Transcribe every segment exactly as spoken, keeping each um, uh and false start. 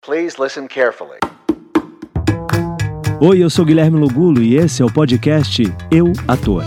Please listen carefully. Oi, eu sou Guilherme Lugulo e esse é o podcast Eu, Ator.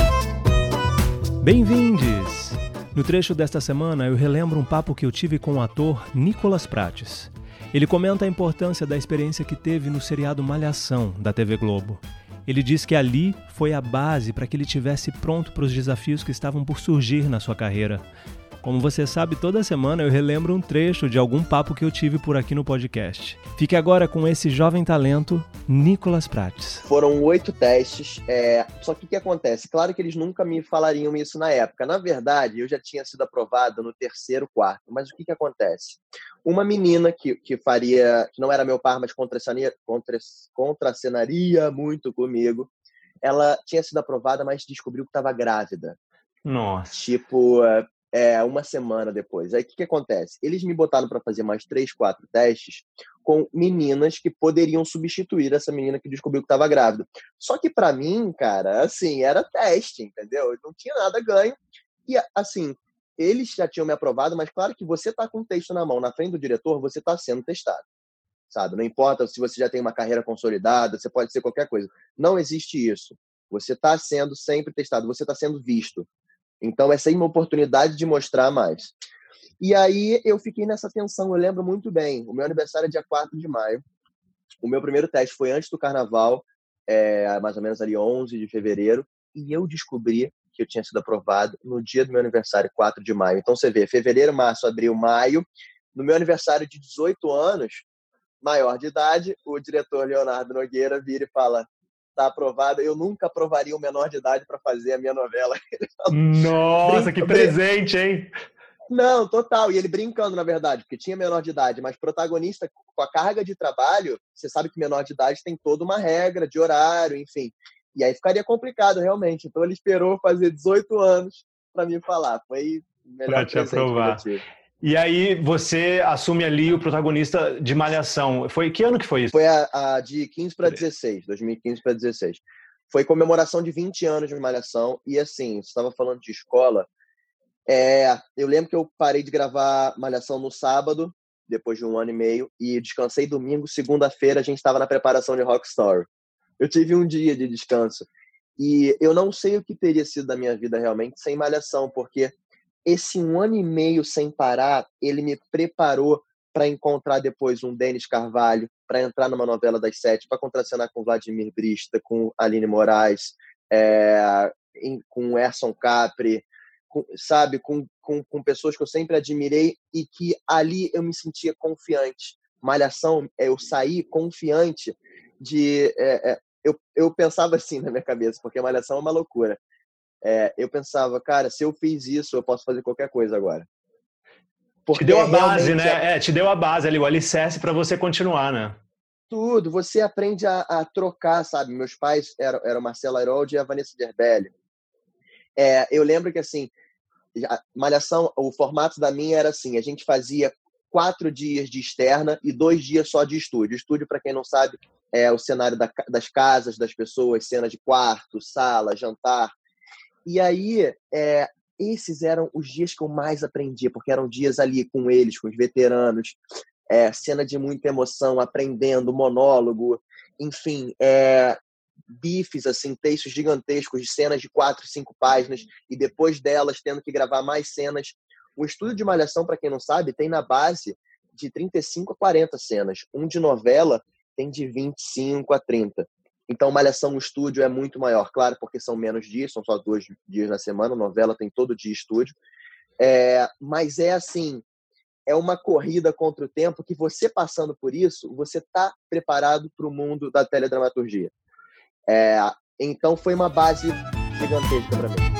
Bem-vindos! No trecho desta semana, eu relembro um papo que eu tive com o ator Nicolas Prates. Ele comenta a importância da experiência que teve no seriado Malhação, da T V Globo. Ele diz que ali foi a base para que ele estivesse pronto para os desafios que estavam por surgir na sua carreira. Como você sabe, toda semana eu relembro um trecho de algum papo que eu tive por aqui no podcast. Fique agora com esse jovem talento, Nicolas Prates. Foram oito testes, é... só que o que acontece? Claro que eles nunca me falariam isso na época. Na verdade, eu já tinha sido aprovado no terceiro, quarto. Mas o que, que acontece? Uma menina que, que faria, que não era meu par, mas contracenaria, contra, contracenaria muito comigo, ela tinha sido aprovada, mas descobriu que estava grávida. Nossa. Tipo... É, uma semana depois. Aí o que, que acontece? Eles me botaram para fazer mais três, quatro testes com meninas que poderiam substituir essa menina que descobriu que estava grávida. Só que para mim, cara, assim, era teste, entendeu? Eu não tinha nada ganho. E, assim, eles já tinham me aprovado, mas claro que você tá com um texto na mão, na frente do diretor, você tá sendo testado, sabe? Não importa se você já tem uma carreira consolidada, você pode ser qualquer coisa. Não existe isso. Você tá sendo sempre testado, você tá sendo visto. Então, essa aí é uma oportunidade de mostrar mais. E aí, eu fiquei nessa tensão, eu lembro muito bem. O meu aniversário é dia quatro de maio. O meu primeiro teste foi antes do carnaval, é, mais ou menos ali onze de fevereiro. E eu descobri que eu tinha sido aprovado no dia do meu aniversário, quatro de maio. Então, você vê, fevereiro, março, abril, maio. No meu aniversário de dezoito anos, maior de idade, o diretor Leonardo Nogueira vira e fala... Tá aprovada, eu nunca aprovaria um menor de idade para fazer a minha novela. Nossa, que presente, hein? Não, total. E ele brincando, na verdade, porque tinha menor de idade, mas protagonista com a carga de trabalho, você sabe que menor de idade tem toda uma regra de horário, enfim. E aí ficaria complicado, realmente. Então ele esperou fazer dezoito anos para me falar. Foi o melhor presente que eu tive. E aí você assume ali o protagonista de Malhação. Foi que ano que foi isso? Foi a, a de quinze para dezesseis, dois mil e quinze para dezesseis. Foi comemoração de vinte anos de Malhação. E assim, você estava falando de escola. É, eu lembro que eu parei de gravar Malhação no sábado, depois de um ano e meio, e descansei domingo. Segunda-feira a gente estava na preparação de Rock Story. Eu tive um dia de descanso. E eu não sei o que teria sido da minha vida realmente sem Malhação, porque esse um ano e meio sem parar, ele me preparou para encontrar depois um Denis Carvalho, para entrar numa novela das sete, para contracenar com Vladimir Brista, com Aline Moraes, é, em, com Erson Capri, com, sabe, com, com, com pessoas que eu sempre admirei e que ali eu me sentia confiante. Malhação, eu saí confiante de... É, é, eu, eu pensava assim na minha cabeça, porque Malhação é uma loucura. É, eu pensava, cara, se eu fiz isso, eu posso fazer qualquer coisa agora. Porque te deu a base, né? É... é, te deu a base ali, o alicerce para você continuar, né? Tudo. Você aprende a, a trocar, sabe? Meus pais eram, eram Marcelo Herold e a Vanessa Gerbelli. É, eu lembro que, assim, a Malhação, o formato da minha era assim, a gente fazia quatro dias de externa e dois dias só de estúdio. Estúdio, para quem não sabe, é o cenário da, das casas, das pessoas, cena de quarto, sala, jantar. E aí, é, esses eram os dias que eu mais aprendi, porque eram dias ali com eles, com os veteranos, é, cena de muita emoção, aprendendo, monólogo, enfim, é, bifes, assim, textos gigantescos de cenas de quatro, cinco páginas, e depois delas tendo que gravar mais cenas. O estúdio de Malhação, para quem não sabe, tem na base de trinta e cinco a quarenta cenas. Um de novela tem de vinte e cinco a trinta. Então, Malhação no estúdio é muito maior, claro, porque são menos dias, são só dois dias na semana, a novela tem todo dia estúdio. É, mas é assim, é uma corrida contra o tempo que você passando por isso, você está preparado para o mundo da teledramaturgia. É, então, foi uma base gigantesca para mim.